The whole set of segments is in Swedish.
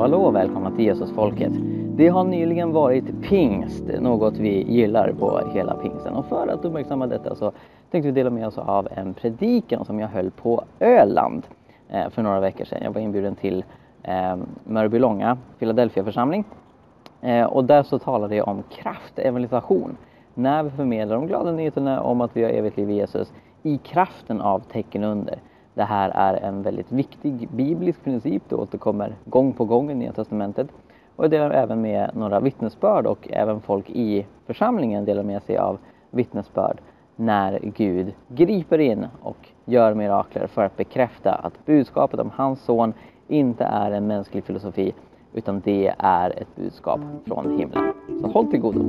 Hallå och välkomna till Jesusfolket. Det har nyligen varit pingst, något vi gillar på hela pingsten. Och för att uppmärksamma detta så tänkte vi dela med oss av en predikan som jag höll på Öland för några veckor sedan. Jag var inbjuden till Mörbylånga, Philadelphia församling. Och där så talade jag om kraftevangelisation. När vi förmedlar de glada nyheterna om att vi har evigt liv i Jesus i kraften av tecken under. Det här är en väldigt viktig biblisk princip. Det återkommer gång på gång i Nya testamentet. Och jag delar även med några vittnesbörd och även folk i församlingen delar med sig av vittnesbörd. När Gud griper in och gör mirakler för att bekräfta att budskapet om hans son inte är en mänsklig filosofi. Utan det är ett budskap från himlen. Så håll till godo.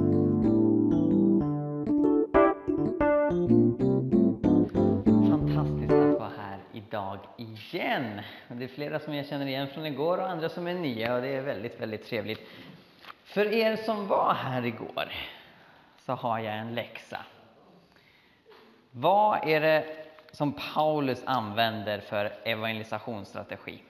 Fantastiskt att vara här idag igen. Det är flera som jag känner igen från igår och andra som är nya. Och det är väldigt, väldigt trevligt. För er som var här igår så har jag en läxa. Vad är det som Paulus använder för evangelisationsstrategi?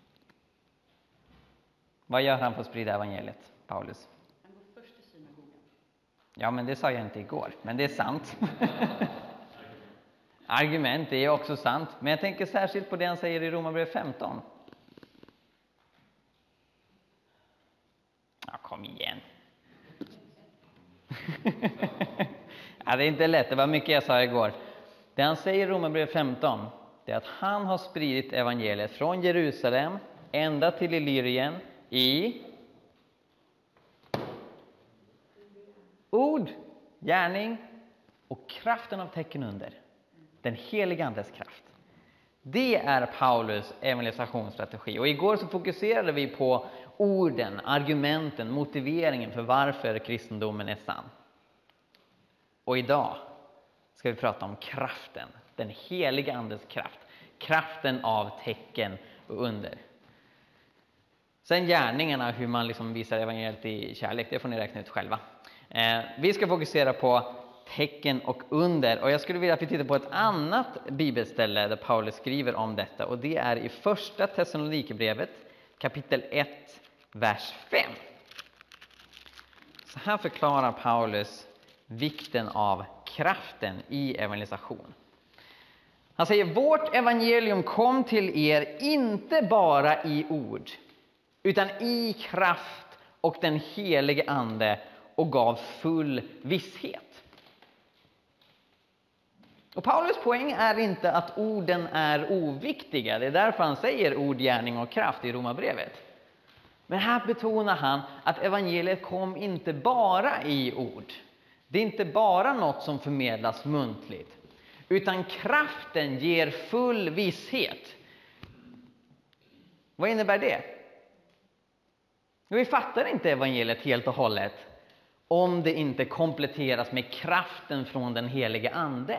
Vad gör han för att sprida evangeliet, Paulus? Han går först till synagogan. Ja, men det sa jag inte igår. Men det är sant. Argument är också sant. Men jag tänker särskilt på det han säger i Romarbrevet 15. Ja, kom igen. Ja, det är inte lätt. Det var mycket jag sa igår. Det han säger i Romarbrevet 15, det är att han har spridit evangeliet från Jerusalem ända till Illyrien i ord, gärning och kraften av tecken under. Den heliga andes kraft. Det är Paulus evangelisationsstrategi. Och igår så fokuserade vi på orden, argumenten, motiveringen för varför kristendomen är sann. Och idag ska vi prata om kraften, den heliga andes kraft. Kraften av tecken och under. Sen gärningarna, hur man liksom visar evangeliet i kärlek, det får ni räkna ut själva. Vi ska fokusera på tecken och under. Och jag skulle vilja att vi tittar på ett annat bibelställe där Paulus skriver om detta. Och det är i första Thessalonikerbrevet, kapitel 1, vers 5. Så här förklarar Paulus vikten av kraften i evangelisation. Han säger, vårt evangelium kom till er inte bara i ord, utan i kraft och den helige ande och gav full visshet. Och Paulus poäng är inte att orden är oviktiga. Det är därför han säger ord, gärning och kraft i Romarbrevet. Men här betonar han att evangeliet kom inte bara i ord. Det är inte bara något som förmedlas muntligt. Utan kraften ger full visshet. Vad innebär det? Vi fattar inte evangeliet helt och hållet om det inte kompletteras med kraften från den helige ande.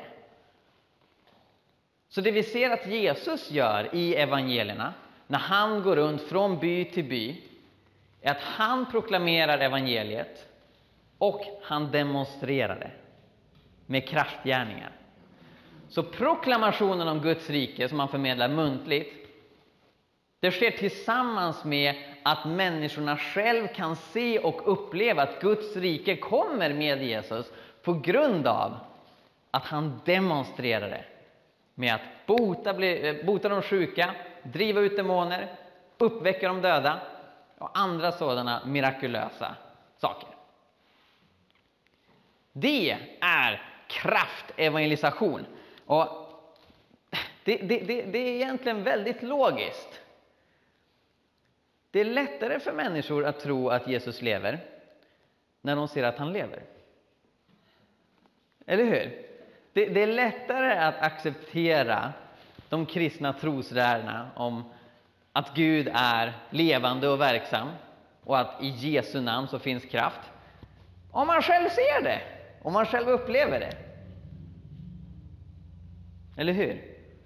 Så det vi ser att Jesus gör i evangelierna när han går runt från by till by är att han proklamerar evangeliet och han demonstrerar det med kraftgärningar. Så proklamationen om Guds rike som han förmedlar muntligt, det sker tillsammans med att människorna själv kan se och uppleva att Guds rike kommer med Jesus på grund av att han demonstrerar det med att bota de sjuka, driva ut demoner, uppväcka de döda och andra sådana mirakulösa saker. Det är kraftevangelisation. Och det är egentligen väldigt logiskt. Det är lättare för människor att tro att Jesus lever när de ser att han lever. Eller hur? Det är lättare att acceptera de kristna troslärorna om att Gud är levande och verksam och att i Jesu namn så finns kraft. Om man själv ser det, om man själv upplever det. Eller hur?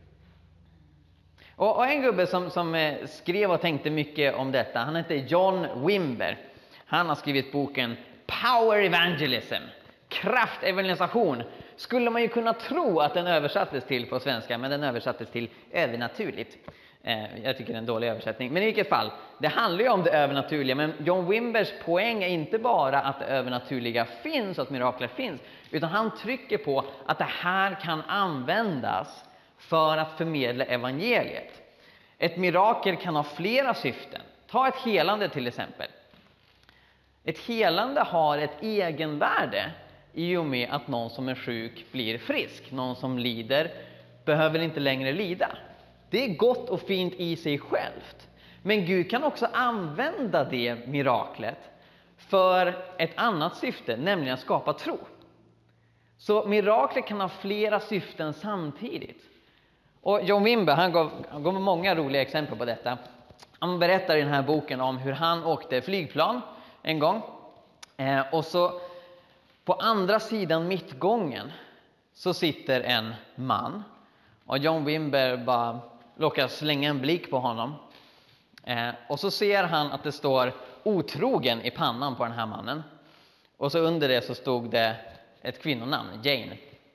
Och en gubbe som skrev och tänkte mycket om detta, han heter John Wimber. Han har skrivit boken Power Evangelism, kraftevangelisation. Skulle man ju kunna tro att den översattes till på svenska, men den översattes till övernaturligt. Jag tycker det är en dålig översättning. Men i vilket fall, det handlar ju om det övernaturliga. Men John Wimbers poäng är inte bara att det övernaturliga finns och att mirakler finns. Utan han trycker på att det här kan användas för att förmedla evangeliet. Ett mirakel kan ha flera syften. Ta ett helande till exempel. Ett helande har ett egenvärde i och med att någon som är sjuk blir frisk. Någon som lider behöver inte längre lida. Det är gott och fint i sig självt. Men Gud kan också använda det miraklet för ett annat syfte, nämligen att skapa tro. Så mirakler kan ha flera syften samtidigt. Och John Wimber, han gav många roliga exempel på detta. Han berättar i den här boken om hur han åkte flygplan en gång. Och så på andra sidan mittgången så sitter en man. Och John Wimber bara råkar slänga en blick på honom. Och så ser han att det står otrogen i pannan på den här mannen. Och så under det så stod det ett kvinnonamn, Jane.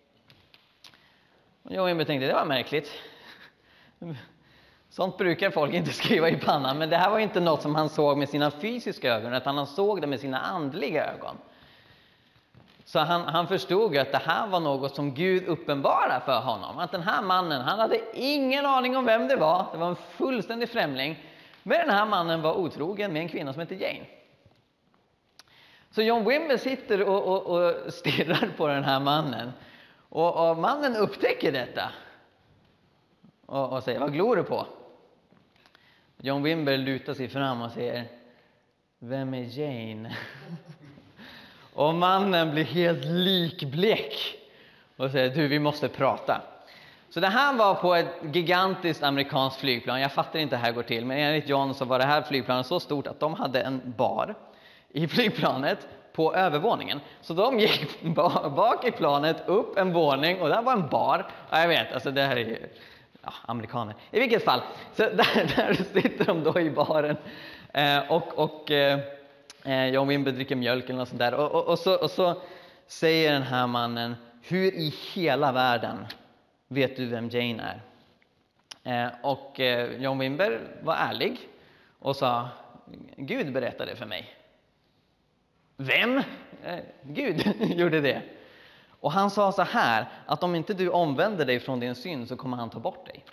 Och John Wimber tänkte, det var märkligt. Sånt brukar folk inte skriva i pannan. Men det här var inte något som han såg med sina fysiska ögon, utan han såg det med sina andliga ögon. Så han förstod att det här var något som Gud uppenbarade för honom. Att den här mannen, han hade ingen aning om vem det var. Det var en fullständig främling. Men den här mannen var otrogen med en kvinna som heter Jane. Så John Wimber sitter och stirrar på den här mannen. Och mannen upptäcker detta. Och säger, vad glor du på? John Wimber lutar sig fram och säger, vem är Jane? Och mannen blir helt likblek och säger, du, vi måste prata. Så det här var på ett gigantiskt amerikanskt flygplan. Jag fattar inte hur det här går till, men enligt John så var det här flygplanet så stort att de hade en bar i flygplanet på övervåningen. Så de gick bak i planet upp en våning och där var en bar. Ja, jag vet, alltså det här är ju amerikaner. I vilket fall, så där sitter de då i baren och John Wimber dricker mjölk eller något sånt där. Och så säger den här mannen, hur i hela världen vet du vem Jane är? Och John Wimber var ärlig och sa, Gud berättade för mig. Vem? Gud gjorde det. Och han sa så här, att om inte du omvänder dig från din synd så kommer han ta bort dig.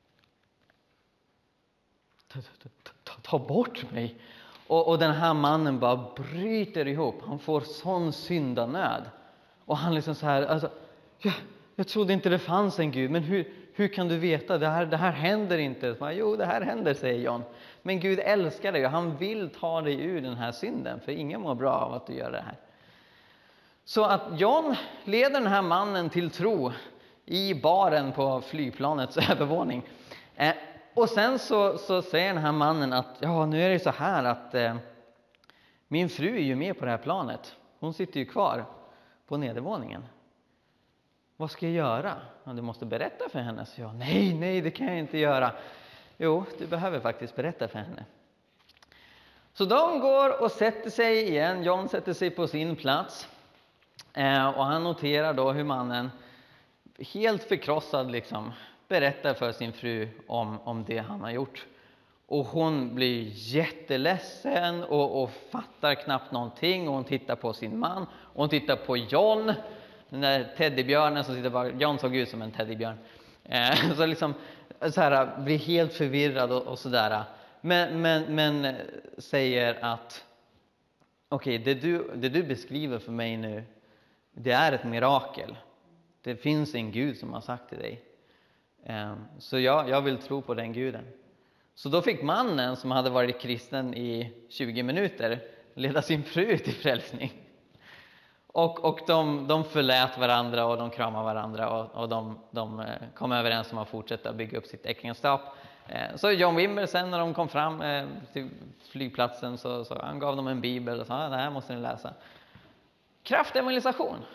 Ta bort mig? Och den här mannen bara bryter ihop. Han får sån syndanöd. Och han liksom så här, alltså, jag trodde inte det fanns en Gud, men hur kan du veta? Det här händer inte. Jo, det här händer, säger John. Men Gud älskar dig och han vill ta dig ur den här synden. För ingen mår bra av att du gör det här. Så att John leder den här mannen till tro i baren på flygplanets övervåning. Och sen så säger den här mannen att ja, nu är det så här att min fru är ju med på det här planet. Hon sitter ju kvar på nedervåningen. Vad ska jag göra? Ja, du måste berätta för henne. Så jag, nej, det kan jag inte göra. Jo, du behöver faktiskt berätta för henne. Så de går och sätter sig igen. John sätter sig på sin plats. Och han noterar då hur mannen helt förkrossad liksom berättar för sin fru om det han har gjort. Och hon blir jätteledsen och fattar knappt någonting. Och hon tittar på sin man. Och hon tittar på John. Den där teddybjörnen som sitter bara. John såg ut som en teddybjörn. Så liksom så här, blir helt förvirrad och sådär. Men säger att okej, det du beskriver för mig nu, det är ett mirakel. Det finns en Gud som har sagt till dig. Så jag vill tro på den guden. Så då fick mannen som hade varit kristen i 20 minuter leda sin fru till frälsning. Och de förlät varandra och de kramade varandra och de kom överens om att fortsätta bygga upp sitt äktenskap. Så John Wimber sen när de kom fram till flygplatsen så han gav dem en bibel och sa det här måste ni läsa. Kraftevangelisation.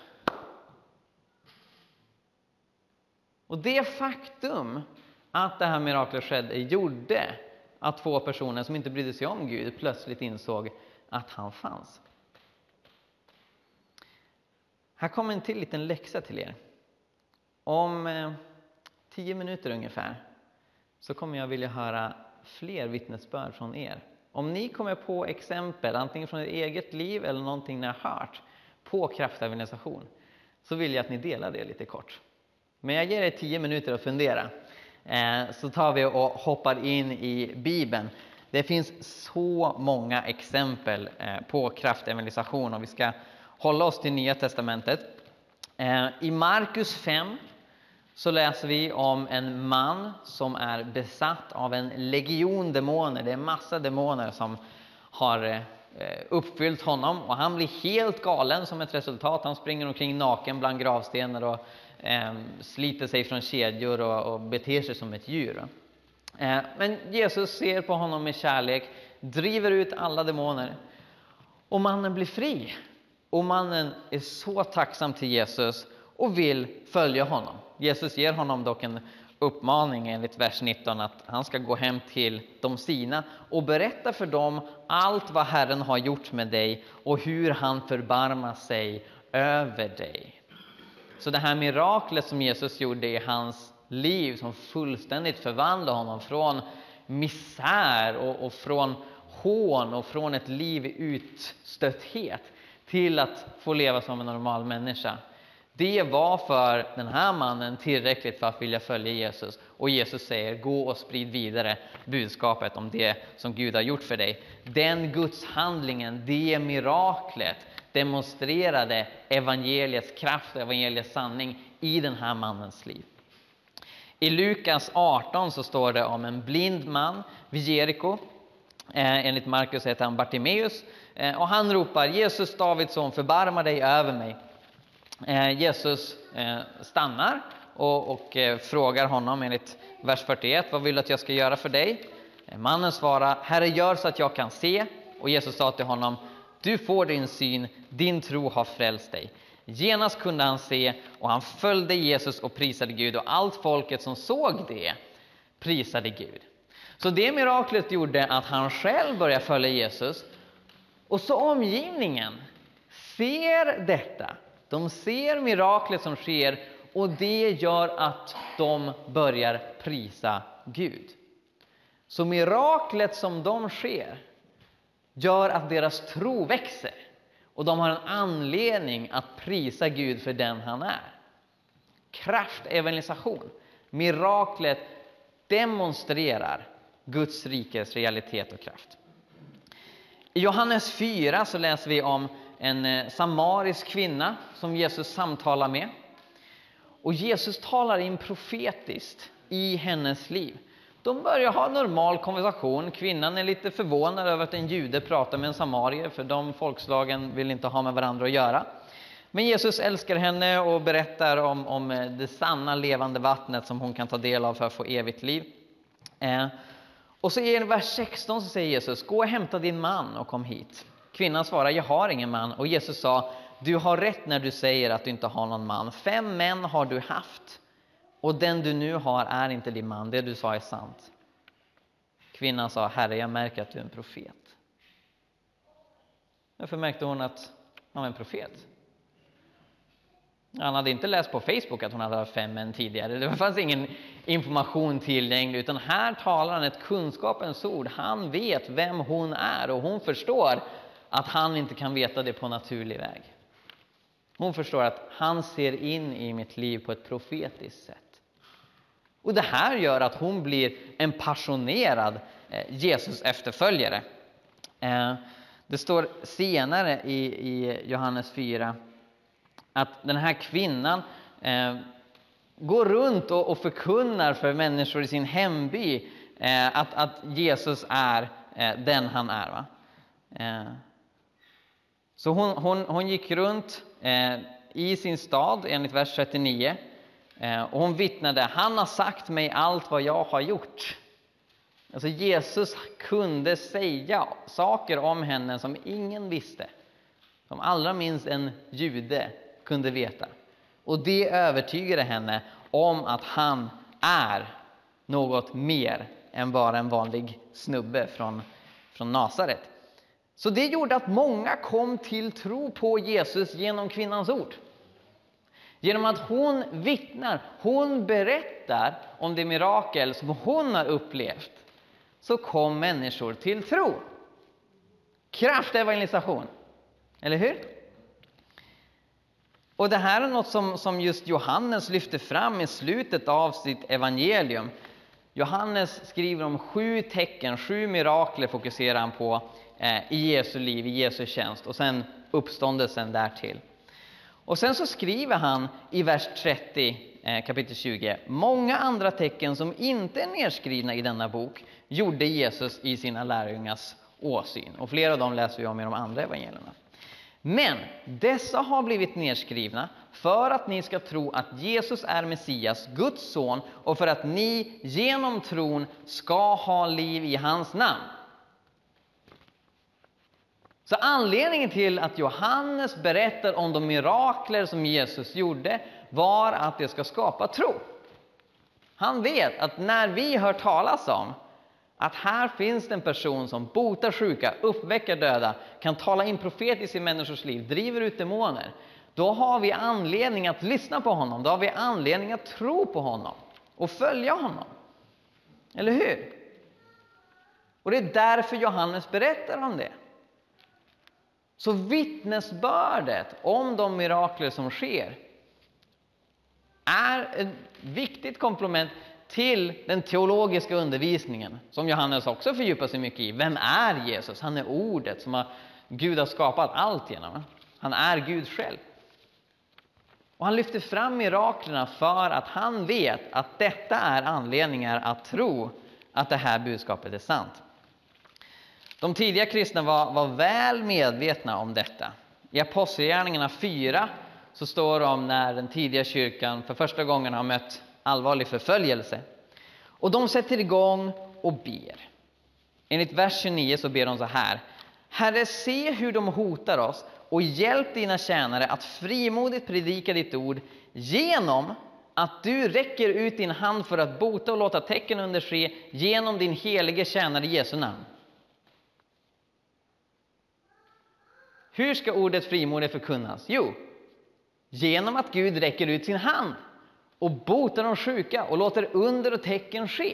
Och det faktum att det här miraklet skedde gjorde att två personer som inte brydde sig om Gud plötsligt insåg att han fanns. Här kommer en till liten läxa till er. Om 10 minuter ungefär så kommer jag vilja höra fler vittnesbörd från er. Om ni kommer på exempel, antingen från ert eget liv eller någonting ni har hört på kraftevangelisation, så vill jag att ni delar det lite kort. Men jag ger er 10 minuter att fundera. Så tar vi och hoppar in i Bibeln. Det finns så många exempel på kraftevangelisation, och vi ska hålla oss till Nya testamentet. I Markus 5 så läser vi om en man som är besatt av en legion demoner. Det är en massa demoner som har uppfyllt honom, och han blir helt galen som ett resultat. Han springer omkring naken bland gravstenar och sliter sig från kedjor och beter sig som ett djur. Men Jesus ser på honom med kärlek, driver ut alla demoner, och mannen blir fri. Och mannen är så tacksam till Jesus och vill följa honom. Jesus ger honom dock en uppmaning enligt vers 19 att han ska gå hem till de sina och berätta för dem allt vad Herren har gjort med dig och hur han förbarmar sig över dig. Så det här miraklet som Jesus gjorde i hans liv, som fullständigt förvandlade honom från misär och från hån och från ett liv i utstötthet till att få leva som en normal människa. Det var för den här mannen tillräckligt för att vilja följa Jesus. Och Jesus säger: gå och sprid vidare budskapet om det som Gud har gjort för dig. Den Guds handlingen, det miraklet, demonstrerade evangeliets kraft och evangeliets sanning i den här mannens liv. I Lukas 18 så står det om en blind man vid Jeriko. Enligt Markus heter han Bartimeus. Och han ropar: Jesus, Davids son, förbarma dig över mig. Jesus stannar och frågar honom enligt vers 41: vad vill du att jag ska göra för dig? Mannen svarar: Herre, gör så att jag kan se. Och Jesus sa till honom: du får din syn, din tro har frälst dig. Genast kunde han se, och han följde Jesus och prisade Gud, och allt folket som såg det prisade Gud. Så det miraklet gjorde att han själv började följa Jesus, och så omgivningen ser detta. De ser miraklet som sker, och det gör att de börjar prisa Gud. Så miraklet som de sker gör att deras tro växer, och de har en anledning att prisa Gud för den han är. Kraftevangelisation, miraklet demonstrerar Guds rikes realitet och kraft. I Johannes 4 så läser vi om en samarisk kvinna som Jesus samtalar med. Och Jesus talar in profetiskt i hennes liv. De börjar ha normal konversation. Kvinnan är lite förvånad över att en jude pratar med en samarier, för de folkslagen vill inte ha med varandra att göra. Men Jesus älskar henne och berättar om det sanna levande vattnet som hon kan ta del av för att få evigt liv. Och så i vers 16 så säger Jesus: gå och hämta din man och kom hit. Kvinnan svarar: jag har ingen man. Och Jesus sa: du har rätt när du säger att du inte har någon man. 5 män har du haft, och den du nu har är inte din man. Det du sa är sant. Kvinnan sa: Herre, jag märker att du är en profet. Därför märkte hon att han var en profet. Han hade inte läst på Facebook att hon hade haft 5 män tidigare. Det fanns ingen information tillgänglig, utan här talar han ett kunskapens ord. Han vet vem hon är, och hon förstår att han inte kan veta det på naturlig väg. Hon förstår att han ser in i mitt liv på ett profetiskt sätt. Och det här gör att hon blir en passionerad Jesus efterföljare. Det står senare i Johannes 4 att den här kvinnan går runt och förkunnar för människor i sin hemby att Jesus är den han är. Va? Så hon gick runt i sin stad enligt vers 39. Och hon vittnade: han har sagt mig allt vad jag har gjort. Alltså Jesus kunde säga saker om henne som ingen visste. Som allra minst en jude kunde veta. Och det övertygade henne om att han är något mer än bara en vanlig snubbe från Nasaret. Så det gjorde att många kom till tro på Jesus genom kvinnans ord. Genom att hon vittnar, hon berättar om det mirakel som hon har upplevt, så kom människor till tro. Kraftevangelisation, eller hur? Och det här är något som just Johannes lyfter fram i slutet av sitt evangelium. Johannes skriver om 7 tecken, 7 mirakler fokuserar han på i Jesu liv, i Jesu tjänst. Och sen uppståndelsen därtill. Och sen så skriver han i vers 30, kapitel 20. Många andra tecken som inte är nedskrivna i denna bok gjorde Jesus i sina lärjungars åsyn. Och flera av dem läser vi om i de andra evangelierna. Men dessa har blivit nedskrivna för att ni ska tro att Jesus är Messias, Guds son, och för att ni genom tron ska ha liv i hans namn. Så anledningen till att Johannes berättar om de mirakler som Jesus gjorde var att det ska skapa tro. Han vet att när vi hör talas om att här finns det en person som botar sjuka, uppväcker döda, kan tala in profetiskt i människors liv, driver ut demoner, då har vi anledning att lyssna på honom. Då har vi anledning att tro på honom och följa honom. Eller hur? Och det är därför Johannes berättar om det. Så vittnesbördet om de mirakler som sker är ett viktigt komplement till den teologiska undervisningen som Johannes också fördjupar sig mycket i. Vem är Jesus? Han är ordet som Gud har skapat allt genom. Han är Gud själv. Och han lyfter fram miraklerna för att han vet att detta är anledningar att tro att det här budskapet är sant. De tidiga kristna var väl medvetna om detta. I Apostlagärningarna 4 så står det om när den tidiga kyrkan för första gången har mött allvarlig förföljelse. Och de sätter igång och ber. Enligt vers 29 så ber de så här: Herre, se hur de hotar oss, och hjälp dina tjänare att frimodigt predika ditt ord genom att du räcker ut din hand för att bota och låta tecken under ske genom din helige tjänare Jesu namn. Hur ska ordet frimodigt förkunnas? Jo, genom att Gud räcker ut sin hand och botar de sjuka och låter under och tecken ske.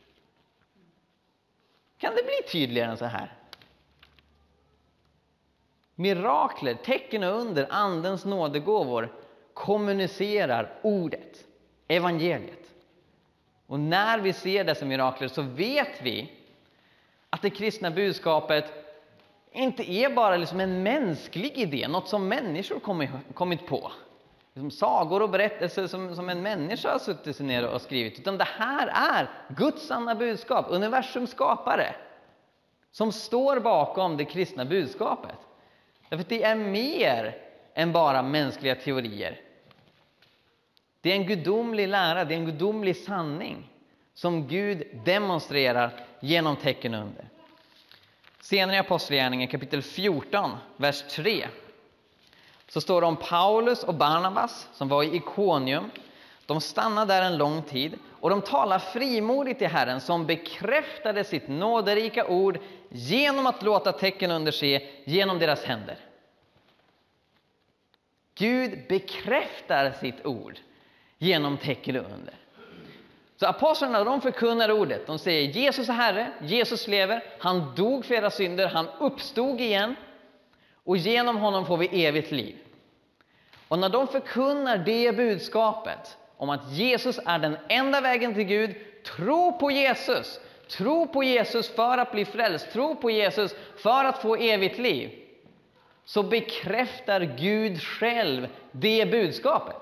Kan det bli tydligare än så här? Mirakler, tecken och under, andens nådegåvor kommunicerar ordet, evangeliet. Och när vi ser dessa mirakler så vet vi att det kristna budskapet inte är bara liksom en mänsklig idé, något som människor kommit på. Liksom sagor och berättelser som en människa har suttit sig ner och skrivit. Utan det här är Guds sanna budskap, universums skapare, som står bakom det kristna budskapet. Därför att det är mer än bara mänskliga teorier. Det är en gudomlig lära, det är en gudomlig sanning som Gud demonstrerar genom tecken under. Senare i Apostlagärningarna kapitel 14, vers 3, så står det om Paulus och Barnabas som var i Ikonium. De stannade där en lång tid och de talar frimodigt till Herren som bekräftade sitt nåderika ord genom att låta tecken under ske genom deras händer. Gud bekräftar sitt ord genom tecken och under. Så apostlarna, de förkunnar ordet. De säger Jesus är Herre, Jesus lever, han dog för era synder, han uppstod igen. Och genom honom får vi evigt liv. Och när de förkunnar det budskapet om att Jesus är den enda vägen till Gud, tro på Jesus. Tro på Jesus för att bli frälst, tro på Jesus för att få evigt liv. Så bekräftar Gud själv det budskapet.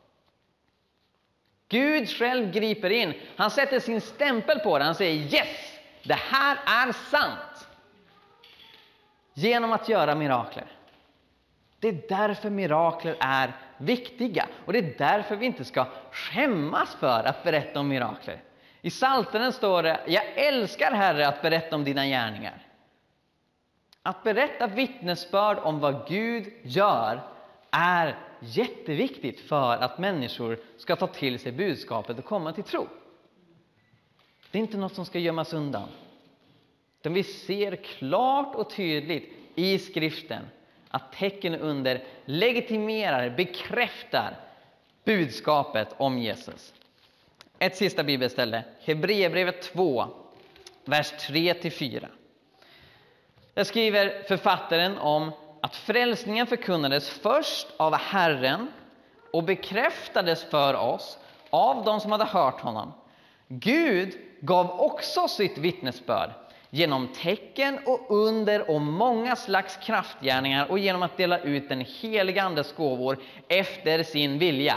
Gud själv griper in. Han sätter sin stämpel på det. Han säger yes, det här är sant. Genom att göra mirakler. Det är därför mirakler är viktiga. Och det är därför vi inte ska skämmas för att berätta om mirakler. I Psaltaren står det: jag älskar Herre att berätta om dina gärningar. Att berätta vittnesbörd om vad Gud gör är jätteviktigt för att människor ska ta till sig budskapet och komma till tro. Det är inte något som ska gömmas undan. Vi ser klart och tydligt i skriften att tecken under legitimerar, bekräftar budskapet om Jesus. Ett sista bibelställe, Hebreerbrevet 2, vers 3-4. Där skriver författaren om att frälsningen förkunnades först av Herren och bekräftades för oss av de som hade hört honom. Gud gav också sitt vittnesbörd genom tecken och under och många slags kraftgärningar och genom att dela ut den heliga andes gåvor efter sin vilja.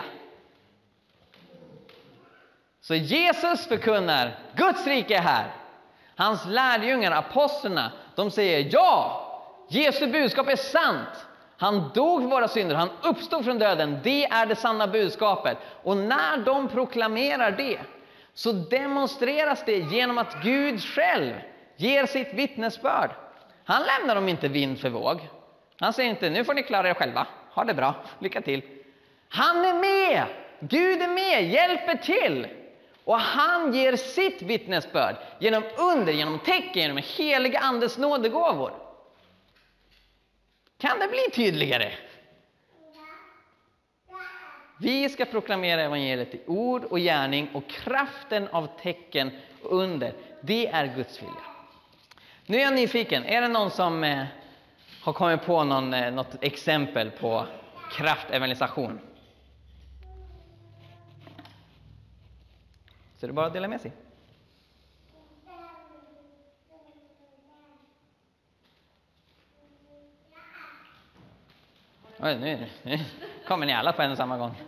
Så Jesus förkunnar, Guds rike är här. Hans lärjungar, apostlarna, de säger ja, Jesu budskap är sant. Han dog för våra synder, han uppstod från döden. Det är det sanna budskapet. Och när de proklamerar det, så demonstreras det genom att Gud själv ger sitt vittnesbörd. Han lämnar dem inte vind för våg. Han säger inte, nu får ni klara er själva. Ha det bra, lycka till. Han är med, Gud är med, hjälper till. Och han ger sitt vittnesbörd genom under, genom tecken, genom heliga andes nådegåvor. Kan det bli tydligare? Vi ska proklamera evangeliet i ord och gärning, och kraften av tecken och under, det är Guds vilja. Nu är jag nyfiken, är det någon som har kommit på något exempel på kraftevangelisation? Så det är bara att dela med sig. Oj, nu kommer ni alla på en och samma gång.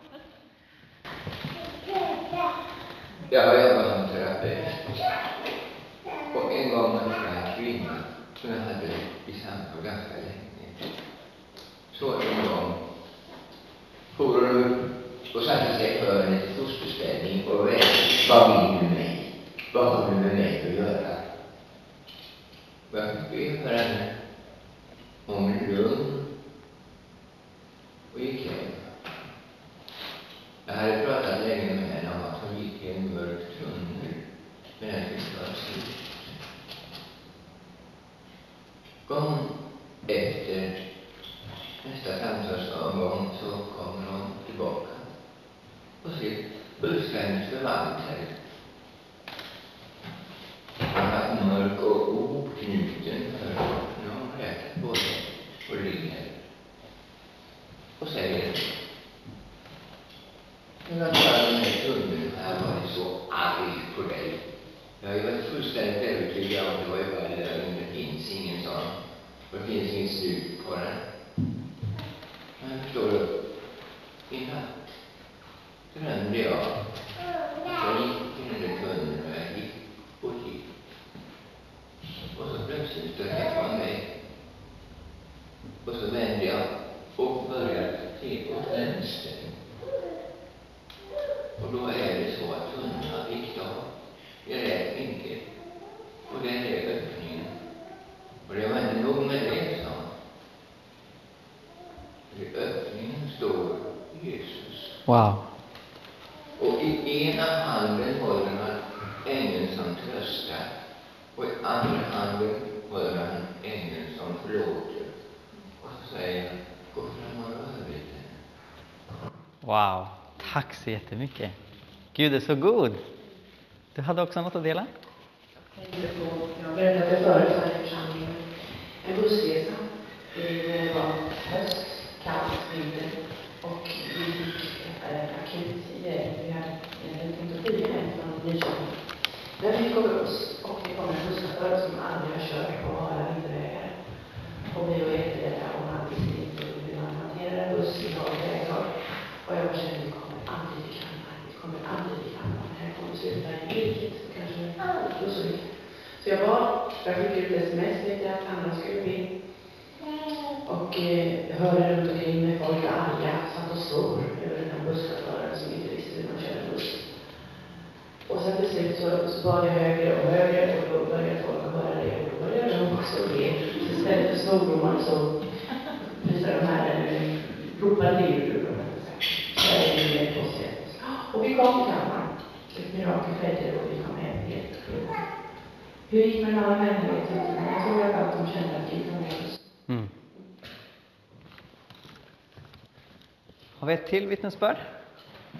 Jag har jobbat som terapeut. Och en gång var det en kvinna som jag hade i samtal ganska länge. Så en gång for hon upp och satte sig för en fosterställning och vägrade. Vad vill du mig? Vad har du med mig att göra? Och jag fick be för henne om en lugn och gick hem. Jag hade pratat länge med henne om att hon gick i en mörk tunnel, men att det inte var slut. Gång efter nästa samtalsomgång så kommer hon tillbaka och ser fullständigt förvandlad. Han var mörk och oknuten för nu har hon räknat både och ligger och säger: men att bara den här tunneln har varit så arg på dig. Jag har ju varit fullständigt övertygad om det var ju bara lögn, det finns ingen sån. Det finns ingen slut på den. Men förstår du, i natt drömde jag att jag gick i den där tunneln och jag gick och gick. Och så plötsligt stötte jag på mig. Och så vände jag och började se åt vänster. Och då är det så att tunneln har vikt av i rätt vinkel. Och där är öppningen. Och det var inte nog med det, sa han. I öppningen står Jesus. Wow. Och i ena handen håller han ängeln som tröstar. Och i andra handen håller han ängeln som förlåter. Och så säger han, gå fram och rör vid den. Wow, tack så jättemycket. Gud är så god. Du hade också något att dela? Jag berättade förut här i församlingen en bussresa. Det var höst, kallt, vinter och vi fick akut hjälp. Vi hade inte flyga hem från Nyköping. Men vi fick åka buss och det kom en busschaufför som aldrig har kört på alla vintervägar. Och vi var jätterädda och han visste inte hur man hanterar en buss i dag väglag. Och jag kände, vi kommer aldrig till Kalmar. Vi kommer aldrig till Kalmar. Det här kommer sluta i vilket. Kanske aldrig. Så jag fick ut sms lite att andra skulle bli. Och hörde runt omkring med folk arga satt och svor över den här busschauffören som inte visste hur man körde buss. Och sen till slut så var det högre och högre och då började folk att höra det och då började de också le. Så istället för svordomar så visade de här ropade till och vi kom till Kalmar. Ett mirakel skedde och vi kom hem helt kloka. Hur gick med alla människor? Jag tror att de kände att Gud var med oss. Har vi ett till vittnesbörd?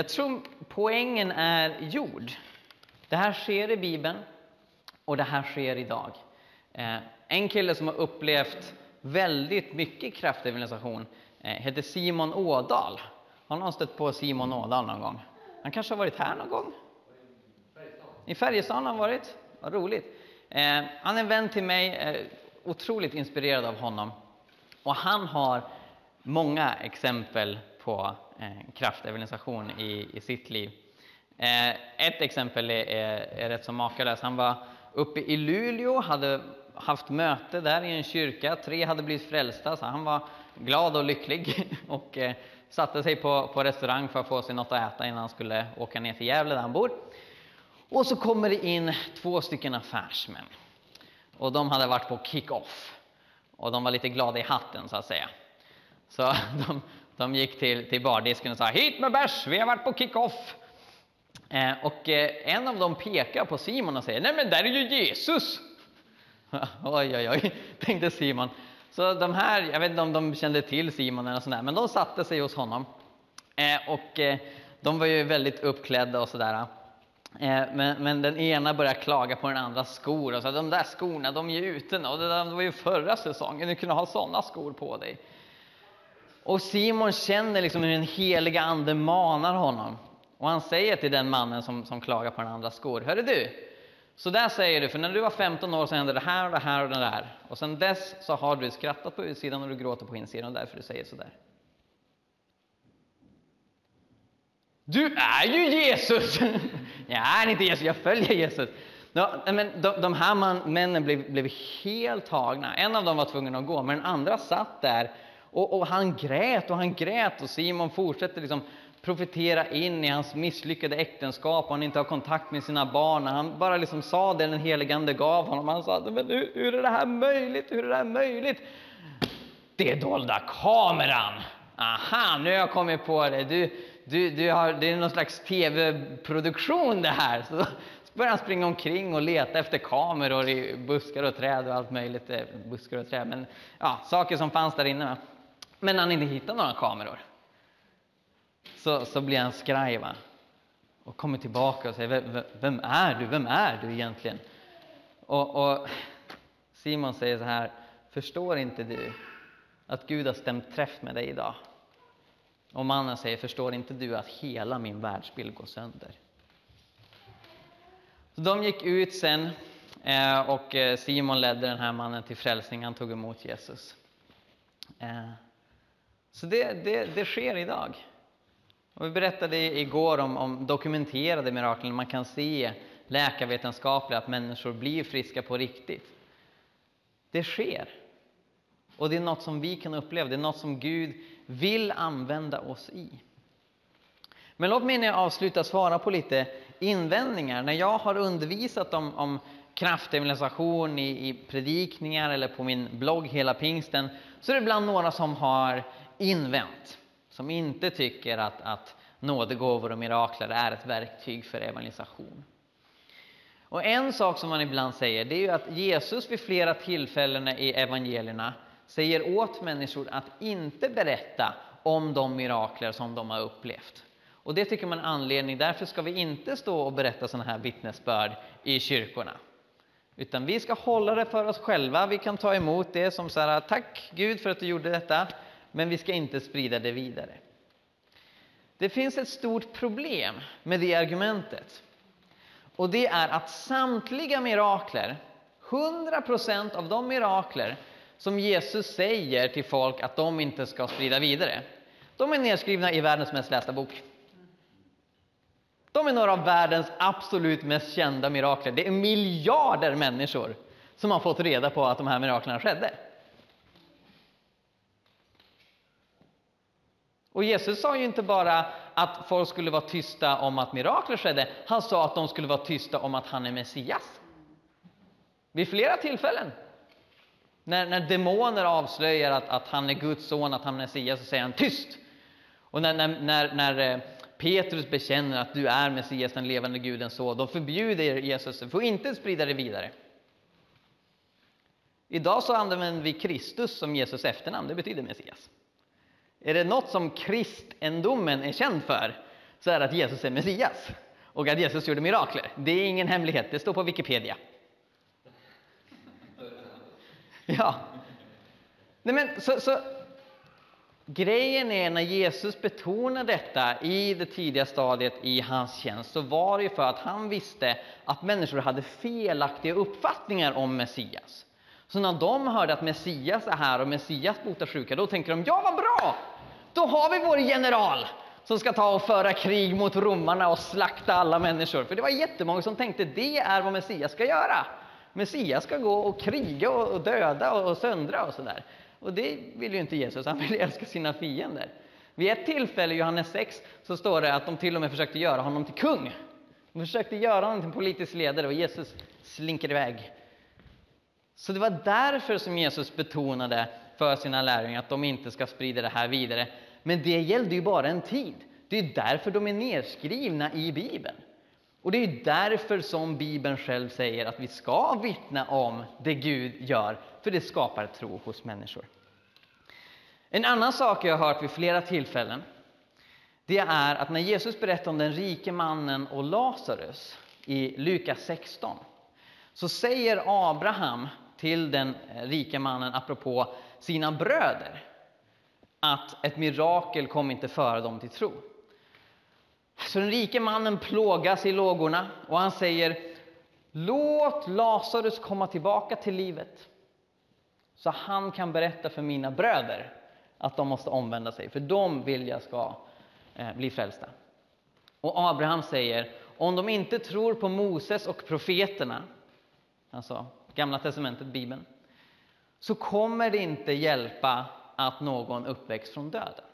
Jag tror poängen är gjord. Det här sker i Bibeln och det här sker idag. En kille som har upplevt väldigt mycket kraftevangelisation heter Simon Ådahl. Har någon stött på Simon Ådahl någon gång? Han kanske har varit här någon gång? I Färjestad har han varit. Vad roligt. Han är en vän till mig, otroligt inspirerad av honom. Och han har många exempel på kraftevangelisation i sitt liv. Ett exempel är rätt så makalöst. Han var uppe i Luleå, hade haft möte där i en kyrka. 3 hade blivit frälsta, så han var glad och lycklig och satte sig på restaurang för att få sig något att äta innan han skulle åka ner till Gävle där han bor. Och så kommer det in 2 stycken affärsmän. Och de hade varit på kick-off. Och de var lite glada i hatten, så att säga. Så de gick till bardisken och sa: hit med bärs, vi har varit på kick-off. Och en av dem pekar på Simon och säger: nej men där är ju Jesus. Oj, tänkte Simon. Så de här, jag vet inte om de kände till Simon eller sådär, men de satte sig hos honom. Och de var ju väldigt uppklädda och sådär. Men den ena började klaga på den andra skor och sa: de där skorna, de är ju ute, och det var ju förra säsongen, du kunde ha sådana skor på dig. Och Simon känner liksom hur den heliga ande manar honom. Och han säger till den mannen som klagar på den andra skor: hörru du, så där säger du, för när du var 15 år så hände det här och det här och det där. Och sen dess så har du skrattat på utsidan och du gråter på insidan, och därför du säger sådär. Du är ju Jesus! Jag är inte Jesus, jag följer Jesus. Men de här männen blev helt tagna. En av dem var tvungen att gå, men den andra satt där. Och han grät och Simon fortsätter liksom profetera in i hans misslyckade äktenskap. Han inte har kontakt med sina barn. Han bara liksom sa det den helige ande gav honom. Han sa: men hur är det här möjligt? Hur är det här möjligt? Det är dolda kameran. Aha, nu har jag kommit på det. Det är någon slags tv-produktion det här. Så börjar han springa omkring och leta efter kameror i buskar och träd och allt möjligt. Buskar och träd, men ja, saker som fanns där inne. Men när han inte hittar några kameror så blir han skraj, va? Och kommer tillbaka och säger: vem är du egentligen? Och Simon säger så här: förstår inte du att Gud har stämt träff med dig idag? Och mannen säger: förstår inte du att hela min världsbild går sönder? Så de gick ut sen och Simon ledde den här mannen till frälsning. Han tog emot Jesus. Så det sker idag. Och vi berättade igår om dokumenterade mirakler. Man kan se läkarvetenskapligt att människor blir friska på riktigt. Det sker. Och det är något som vi kan uppleva. Det är något som Gud vill använda oss i. Men låt mig när jag avslutar svara på lite invändningar. När jag har undervisat om kraftevangelisation i predikningar eller på min blogg Hela Pingsten, så är det ibland några som har invänt. Som inte tycker att nådegåvor och mirakler är ett verktyg för evangelisation. Och en sak som man ibland säger, det är ju att Jesus vid flera tillfällen i evangelierna säger åt människor att inte berätta om de mirakler som de har upplevt. Och det tycker man är anledning. Därför ska vi inte stå och berätta sådana här vittnesbörd i kyrkorna. Utan vi ska hålla det för oss själva. Vi kan ta emot det som så här: tack Gud för att du gjorde detta. Men vi ska inte sprida det vidare. Det finns ett stort problem med det argumentet. Och det är att samtliga mirakler, 100% av de mirakler som Jesus säger till folk att de inte ska sprida vidare, de är nedskrivna i världens mest lästa bok. De är några av världens absolut mest kända mirakler. Det är miljarder människor som har fått reda på att de här miraklerna skedde. Och Jesus sa ju inte bara att folk skulle vara tysta om att mirakler skedde. Han sa att de skulle vara tysta om att han är Messias. Vid flera tillfällen. När demoner avslöjar att han är Guds son, att han är Messias, så säger han tyst. Och när Petrus bekänner att du är Messias, den levande Gudens son, då förbjuder Jesus, du får inte sprida det vidare. Idag så använder vi Kristus som Jesus efternamn, det betyder Messias. Är det något som kristendomen är känd för, så är det att Jesus är Messias. Och att Jesus gjorde mirakler. Det är ingen hemlighet, det står på Wikipedia. Ja. Nej, men så grejen är, när Jesus betonar detta i det tidiga stadiet i hans tjänst, så var det ju för att han visste att människor hade felaktiga uppfattningar om Messias. Så när de hörde att Messias är här och Messias botar sjuka, då tänker de, ja vad bra! Då har vi vår general som ska ta och föra krig mot romarna och slakta alla människor. För det var jättemånga som tänkte, det är vad Messias ska göra. Messias ska gå och kriga och döda och söndra och sådär. Och det vill ju inte Jesus, han vill älska sina fiender. Vid ett tillfälle i Johannes 6 så står det att de till och med försökte göra honom till kung. De försökte göra honom till politisk ledare och Jesus slinker iväg. Så det var därför som Jesus betonade för sina lärjungar att de inte ska sprida det här vidare. Men det gällde ju bara en tid. Det är därför de är nedskrivna i Bibeln. Och det är därför som Bibeln själv säger att vi ska vittna om det Gud gör. För det skapar tro hos människor. En annan sak jag har hört vid flera tillfällen, det är att när Jesus berättar om den rike mannen och Lazarus i Lukas 16, så säger Abraham till den rike mannen apropå sina bröder att ett mirakel kom inte föra dem till tro. Så den rike mannen plågas i lågorna och han säger, låt Lazarus komma tillbaka till livet så han kan berätta för mina bröder att de måste omvända sig, för de vill jag ska bli frälsta. Och Abraham säger, om de inte tror på Moses och profeterna, alltså Gamla testamentet, Bibeln, så kommer det inte hjälpa att någon uppväcks från döden.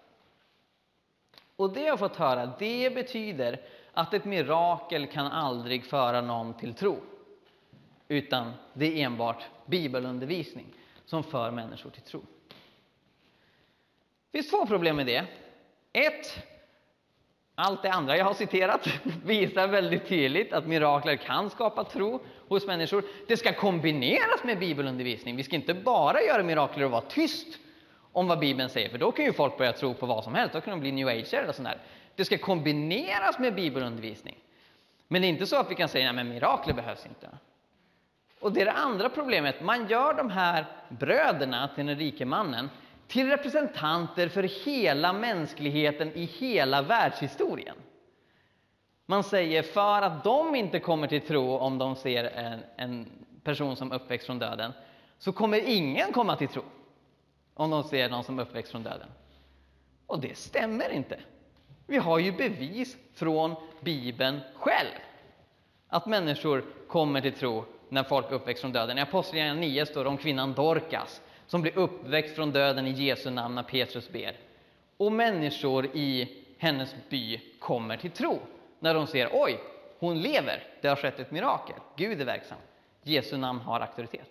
Och det jag har fått höra, det betyder att ett mirakel kan aldrig föra någon till tro. Utan det är enbart bibelundervisning som för människor till tro. Det finns två problem med det. Ett, allt det andra jag har citerat visar väldigt tydligt att mirakler kan skapa tro hos människor. Det ska kombineras med bibelundervisning. Vi ska inte bara göra mirakler och vara tyst om vad Bibeln säger, för då kan ju folk börja tro på vad som helst. Då kan de bli new age eller sånt där. Det ska kombineras med bibelundervisning. Men det är inte så att vi kan säga, nej men mirakler behövs inte. Och det är det andra problemet. Man gör de här bröderna till den rike mannen till representanter för hela mänskligheten i hela världshistorien. Man säger, för att de inte kommer till tro om de ser en person som uppväxt från döden, så kommer ingen komma till tro om de ser någon som uppväxt från döden. Och det stämmer inte. Vi har ju bevis från Bibeln själv att människor kommer till tro när folk uppväxt från döden. I Apostlagärningarna 9 står det om kvinnan Dorcas som blir uppväxt från döden i Jesu namn när Petrus ber. Och människor i hennes by kommer till tro när de ser, oj, hon lever, det har skett ett mirakel, Gud är verksam, Jesu namn har auktoritet.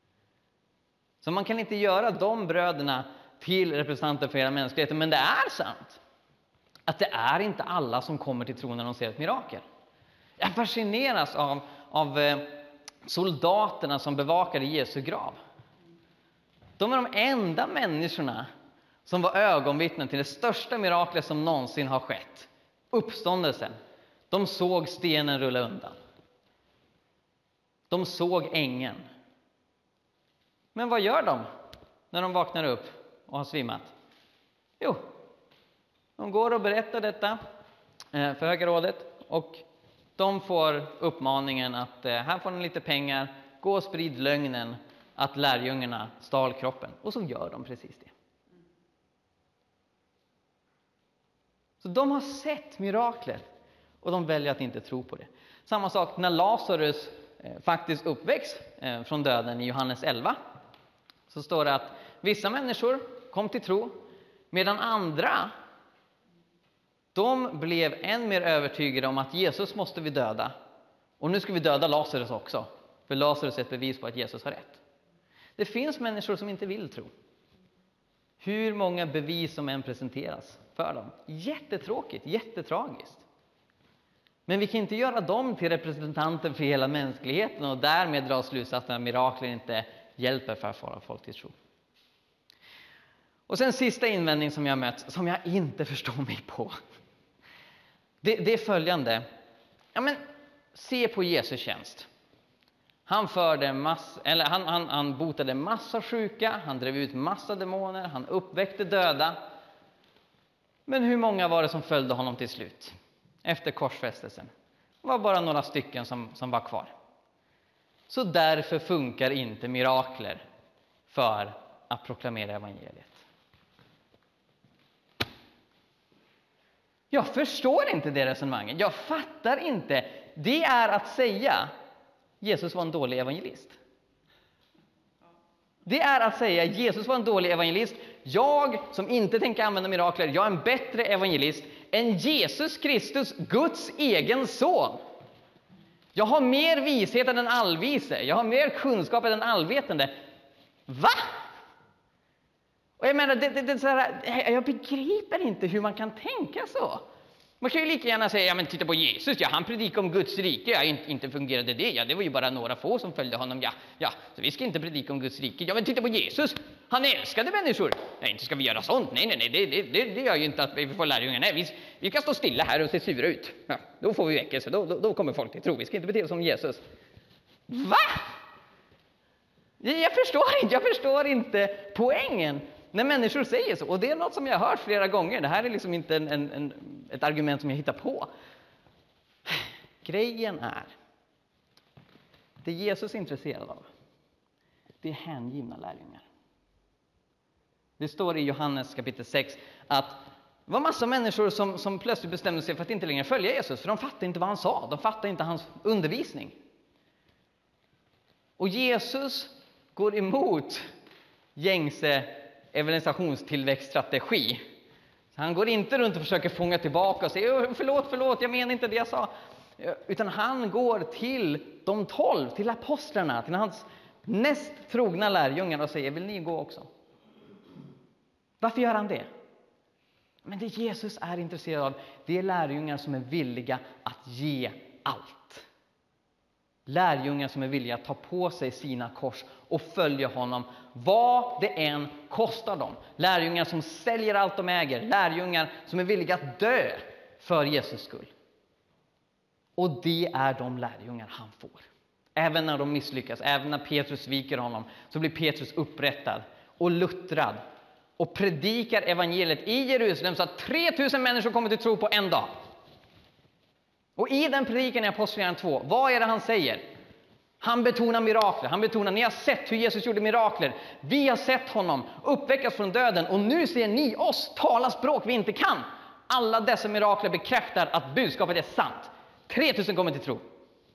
Så man kan inte göra de bröderna till representanter för hela mänskligheten, men det är sant att det är inte alla som kommer till tro när de ser ett mirakel. Jag fascineras av soldaterna som bevakade Jesu grav. De är de enda människorna som var ögonvittnen till det största miraklet som någonsin har skett. Uppståndelsen. De såg stenen rulla undan. De såg ängeln. Men vad gör de när de vaknar upp och har svimmat? Jo, de går och berättar detta för Höga rådet och de får uppmaningen att här får ni lite pengar, gå och sprid lögnen att lärjungarna stal kroppen. Och så gör de precis det. Så de har sett miraklet och de väljer att inte tro på det. Samma sak när Lazarus faktiskt uppväxt från döden i Johannes 11. Så står det att vissa människor kom till tro medan andra, de blev än mer övertygade om att Jesus måste vi döda. Och nu ska vi döda Lazarus också. För Lazarus är ett bevis på att Jesus har rätt. Det finns människor som inte vill tro. Hur många bevis som än presenteras för dem. Jättetråkigt, jättetragiskt. Men vi kan inte göra dem till representanter för hela mänskligheten och därmed dra slutsatsen att mirakler inte hjälper för att få folk till tro. Och sen sista invändning som jag mött, som jag inte förstår mig på. Det är följande. Ja, men se på Jesu tjänst. Han han botade massa sjuka, han drev ut massa demoner, han uppväckte döda. Men hur många var det som följde honom till slut? Efter korsfästelsen. Det var bara några stycken som var kvar. Så därför funkar inte mirakler för att proklamera evangeliet. Jag förstår inte det resonemanget. Jag fattar inte. Det är att säga Jesus var en dålig evangelist. Det är att säga Jesus var en dålig evangelist. Jag som inte tänker använda mirakler, jag är en bättre evangelist än Jesus Kristus, Guds egen son. Jag har mer vishet än den allvise. Jag har mer kunskap än den allvetande. Va? Och jag menar, det är så här, jag begriper inte hur man kan tänka så. Man kan ju lika gärna säga, ja men titta på Jesus, ja han predikade om Guds rike, ja inte fungerade det, ja det var ju bara några få som följde honom, ja så vi ska inte predika om Guds rike, ja men titta på Jesus, han älskade människor, nej inte ska vi göra sånt, nej det gör ju inte att vi får lärjungar, nej vi kan stå stilla här och se sura ut, ja då får vi väckelse, då kommer folk till tro, vi ska inte bete oss som Jesus. Va? Jag förstår inte poängen när människor säger så. Och det är något som jag har hört flera gånger. Det här är liksom inte ett argument som jag hittar på. Grejen är, det Jesus är intresserad av, det är hängivna lärjungar. Det står i Johannes kapitel 6 att det var massa människor som plötsligt bestämde sig för att inte längre följa Jesus. För de fattade inte vad han sa. De fattade inte hans undervisning. Och Jesus går emot gängse evangelisationstillväxtstrategi. Han går inte runt och försöker fånga tillbaka och säga förlåt, jag menar inte det jag sa. Utan han går till de 12, till apostlarna, till hans näst trogna lärjungar och säger, vill ni gå också? Varför gör han det? Men det Jesus är intresserad av, det är lärjungar som är villiga att ge allt. Lärjungar som är villiga att ta på sig sina kors och följa honom vad det än kostar dem. Lärjungar som säljer allt de äger. Lärjungar som är villiga att dö för Jesus skull. Och det är de lärjungar han får. Även när de misslyckas, även när Petrus sviker honom, så blir Petrus upprättad och luttrad och predikar evangeliet i Jerusalem så att 3000 människor kommer till tro på en dag. Och i den predikan i Apostlagärningarna 2, vad är det han säger? Han betonar mirakler. Han betonar, ni har sett hur Jesus gjorde mirakler. Vi har sett honom uppväckas från döden. Och nu ser ni oss tala språk vi inte kan. Alla dessa mirakler bekräftar att budskapet är sant. 3000 kommer till tro.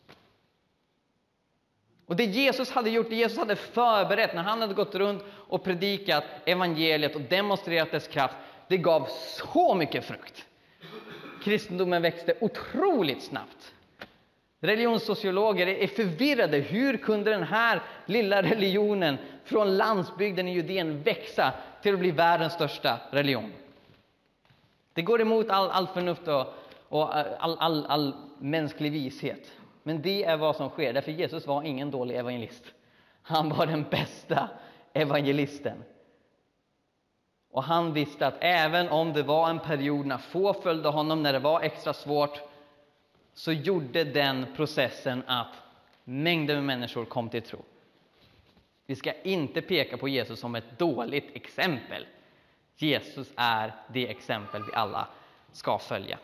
Och det Jesus hade gjort, det Jesus hade förberett när han hade gått runt och predikat evangeliet och demonstrerat dess kraft, det gav så mycket frukt. Kristendomen växte otroligt snabbt. Religionssociologer är förvirrade. Hur kunde den här lilla religionen från landsbygden i Judeen växa till att bli världens största religion? Det går emot all förnuft och all mänsklig vishet. Men det är vad som sker. Därför Jesus var ingen dålig evangelist. Han var den bästa evangelisten. Och han visste att även om det var en period när få följde honom, när det var extra svårt, så gjorde den processen att mängder med människor kom till tro. Vi ska inte peka på Jesus som ett dåligt exempel. Jesus är det exempel vi alla ska följa.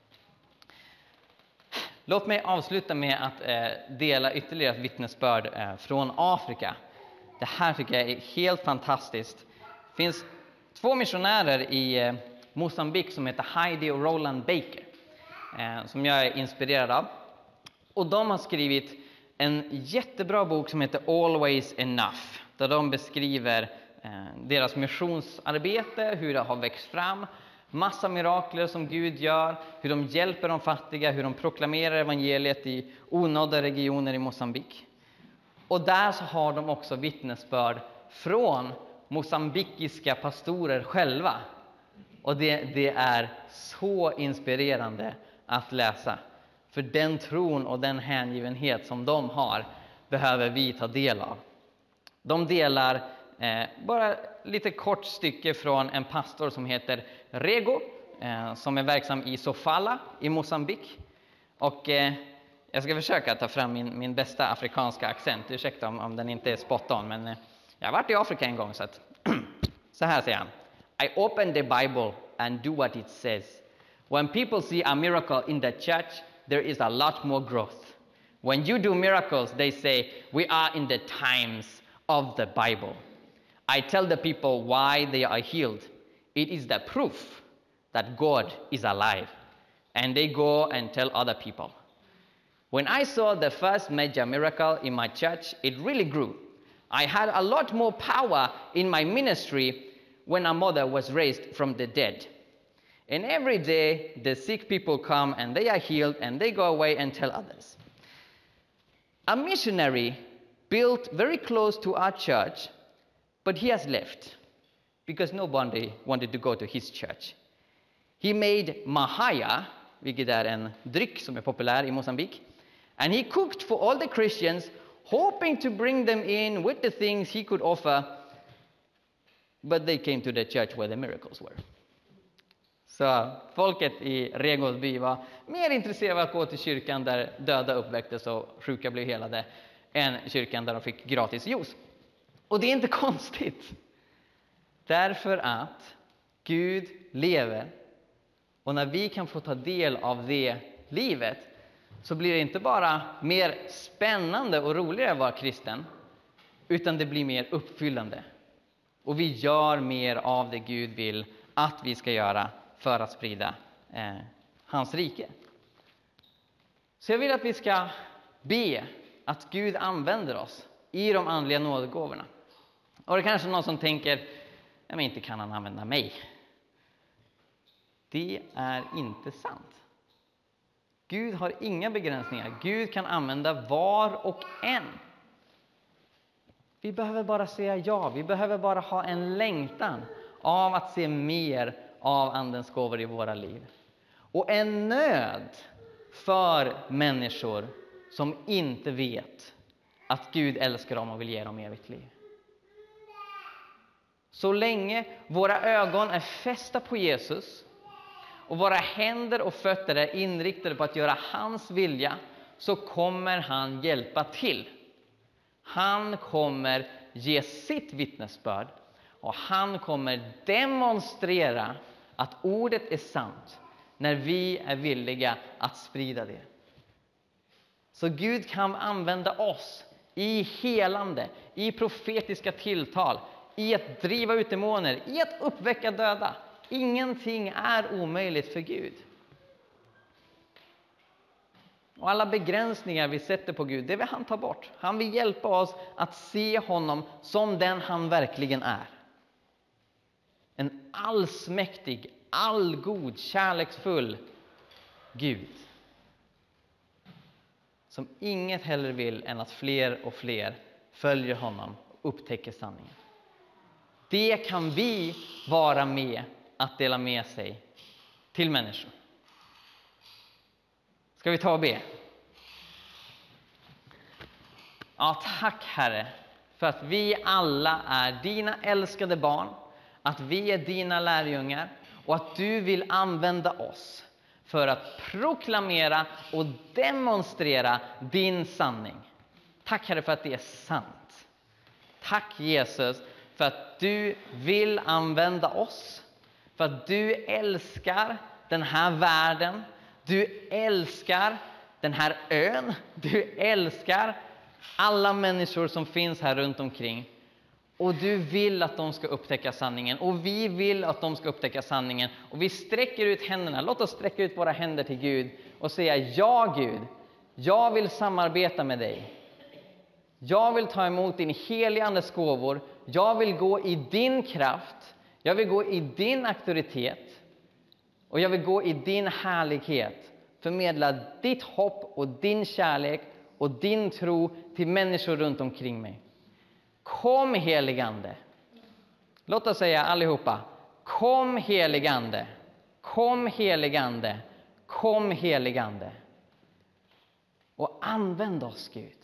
Låt mig avsluta med att dela ytterligare ett vittnesbörd från Afrika. Det här tycker jag är helt fantastiskt. Det finns 2 missionärer i Mosambik som heter Heidi och Roland Baker, som jag är inspirerad av. Och de har skrivit en jättebra bok som heter Always Enough, där de beskriver deras missionsarbete, hur det har växt fram, massa mirakler som Gud gör, hur de hjälper de fattiga, hur de proklamerar evangeliet i onådda regioner i Mosambik. Och där så har de också vittnesbörd från mosambikiska pastorer själva. Och det är så inspirerande att läsa. För den tron och den hängivenhet som de har behöver vi ta del av. De delar bara lite kort stycke från en pastor som heter Rego, som är verksam i Sofala i Mosambik. Och jag ska försöka ta fram min bästa afrikanska accent. Ursäkta om den inte är spot on, men jag har varit i Afrika en gång, så att så här säger han. I open the Bible and do what it says. When people see a miracle in the church, there is a lot more growth. When you do miracles, they say, we are in the times of the Bible. I tell the people why they are healed. It is the proof that God is alive. And they go and tell other people. When I saw the first major miracle in my church, it really grew. I had a lot more power in my ministry when a mother was raised from the dead. And every day, the sick people come and they are healed and they go away and tell others. A missionary built very close to our church, but he has left because nobody wanted to go to his church. He made mahaya, vilket är en dryck som är populär i Mosambik, and he cooked for all the Christians, hoping to bring them in with the things he could offer, but they came to the church where the miracles were. Så folket i Regåsby var mer intresserade av att gå till kyrkan där döda uppväcktes och sjuka blev helade än kyrkan där de fick gratis juice. Och det är inte konstigt. Därför att Gud lever. Och när vi kan få ta del av det livet så blir det inte bara mer spännande och roligare att vara kristen, utan det blir mer uppfyllande. Och vi gör mer av det Gud vill att vi ska göra för att sprida hans rike. Så jag vill att vi ska be att Gud använder oss i de andliga nådegåvorna. Och det är kanske någon som tänker, ja, men inte kan han använda mig. Det är inte sant. Gud har inga begränsningar. Gud kan använda var och en. Vi behöver bara säga ja. Vi behöver bara ha en längtan av att se mer av andens gåvor i våra liv. Och en nöd för människor som inte vet att Gud älskar dem och vill ge dem evigt liv. Så länge våra ögon är fästa på Jesus och våra händer och fötter är inriktade på att göra hans vilja, så kommer han hjälpa till. Han kommer ge sitt vittnesbörd och han kommer demonstrera att ordet är sant när vi är villiga att sprida det. Så Gud kan använda oss i helande, i profetiska tilltal, i att driva ut demoner, i att uppväcka döda. Ingenting är omöjligt för Gud. Och alla begränsningar vi sätter på Gud, det vill han ta bort. Han vill hjälpa oss att se honom som den han verkligen är. En allsmäktig, allgod, kärleksfull Gud. Som inget hellre vill än att fler och fler följer honom och upptäcker sanningen. Det kan vi vara med att dela med sig till människor. Ska vi ta och be? Ja, tack Herre för att vi alla är dina älskade barn, att vi är dina lärjungar och att du vill använda oss för att proklamera och demonstrera din sanning. Tack Herre för att det är sant. Tack Jesus för att du vill använda oss, för att du älskar den här världen, du älskar den här ön, du älskar alla människor som finns här runt omkring. Och du vill att de ska upptäcka sanningen. Och vi vill att de ska upptäcka sanningen. Och vi sträcker ut händerna. Låt oss sträcka ut våra händer till Gud och säga: ja Gud, jag vill samarbeta med dig. Jag vill ta emot din heliga andes gåvor. Jag vill gå i din kraft. Jag vill gå i din auktoritet. Och jag vill gå i din härlighet. Förmedla ditt hopp och din kärlek och din tro till människor runt omkring mig. Kom heligande. Låt oss säga allihopa: kom heligande. Kom heligande. Kom heligande. Och använd oss Gud.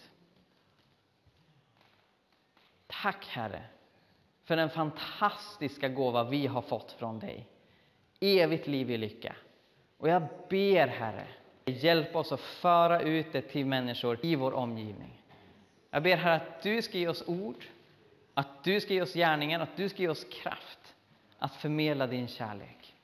Tack Herre för den fantastiska gåva vi har fått från dig. evigt liv i lycka. Och jag ber, Herre, hjälp oss att föra ut det till människor i vår omgivning. Jag ber, Herre, att du ska ge oss ord, att du ska ge oss gärningen, att du ska ge oss kraft att förmedla din kärlek.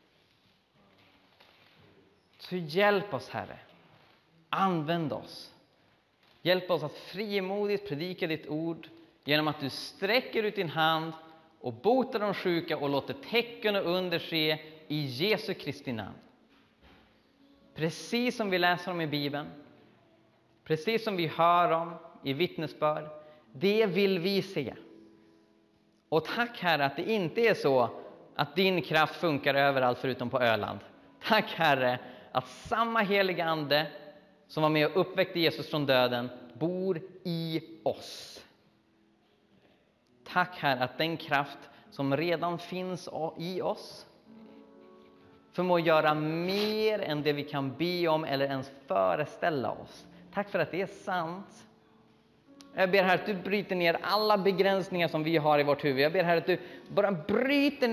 Så hjälp oss, Herre. Använd oss. Hjälp oss att frimodigt predika ditt ord genom att du sträcker ut din hand och botar de sjuka och låter tecken och under ske i Jesu Kristi namn. Precis som vi läser om i Bibeln, precis som vi hör om i vittnesbörd, det vill vi se. Och tack, Herre, att det inte är så att din kraft funkar överallt förutom på Öland. Tack, Herre, att samma heliga ande som var med och uppväckte Jesus från döden bor i oss. Tack, Herre, att den kraft som redan finns i oss förmår göra mer än det vi kan be om eller ens föreställa oss. Tack för att det är sant. Jag ber, Herre, att du bryter ner alla begränsningar som vi har i vårt huvud. Jag ber, Herre, att du bara bryt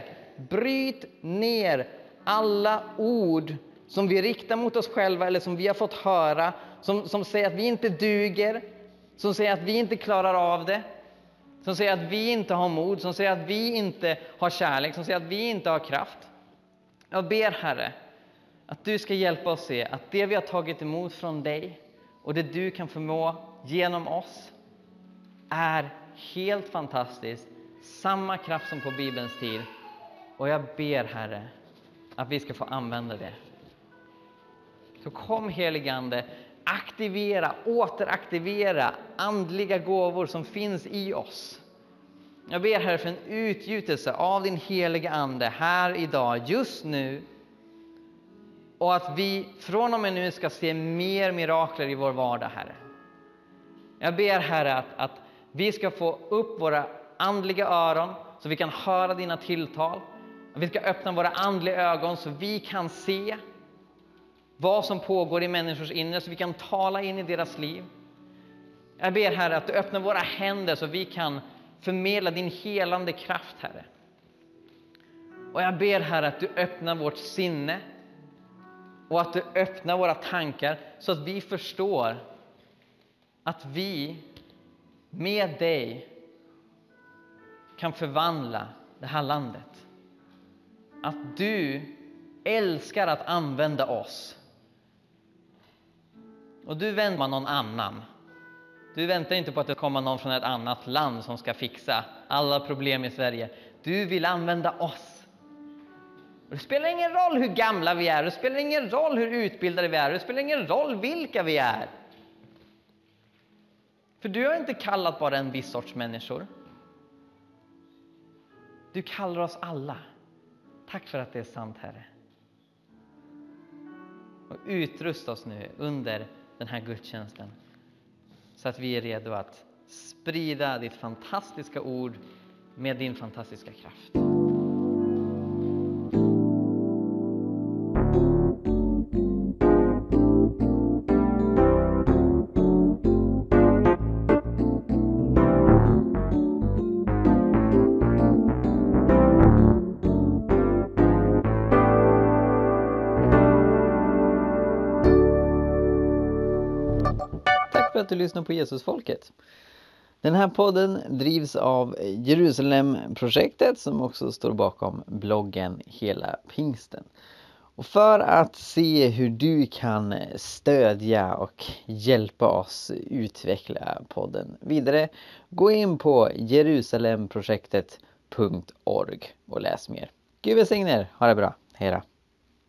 ner alla ord som vi riktar mot oss själva eller som vi har fått höra, som säger att vi inte duger, som säger att vi inte klarar av det, som säger att vi inte har mod, som säger att vi inte har kärlek, som säger att vi inte har kraft. Jag ber, Herre, att du ska hjälpa oss se att det vi har tagit emot från dig och det du kan förmå genom oss är helt fantastiskt. Samma kraft som på Bibelns tid. Och jag ber, Herre, att vi ska få använda det. Så kom, helige Ande, återaktivera andliga gåvor som finns i oss. Jag ber, Herre, för en utgjutelse av din heliga Ande här idag, just nu. Och att vi från och med nu ska se mer mirakler i vår vardag, Herre. Jag ber, Herre, att vi ska få upp våra andliga öron så vi kan höra dina tilltal. Att vi ska öppna våra andliga ögon så vi kan se vad som pågår i människors inre, så vi kan tala in i deras liv. Jag ber, Herre, att du öppnar våra händer så vi kan förmedla din helande kraft, Herre. Och jag ber, Herre, att du öppnar vårt sinne och att du öppnar våra tankar så att vi förstår att vi med dig kan förvandla det här landet. Att du älskar att använda oss. Och du väntar någon annan. Du väntar inte på att det kommer någon från ett annat land som ska fixa alla problem i Sverige. Du vill använda oss. Och det spelar ingen roll hur gamla vi är. Det spelar ingen roll hur utbildade vi är. Det spelar ingen roll vilka vi är. För du har inte kallat bara en viss sorts människor. Du kallar oss alla. Tack för att det är sant, Herre. Och utrusta oss nu under den här gudstjänsten. Så att vi är redo att sprida ditt fantastiska ord med din fantastiska kraft. Att du lyssnar på Jesusfolket. Den här podden drivs av Jerusalem-projektet som också står bakom bloggen Hela Pingsten. Och för att se hur du kan stödja och hjälpa oss utveckla podden vidare, gå in på jerusalemprojektet.org och läs mer. Gud välsigne er, ha det bra, hej då.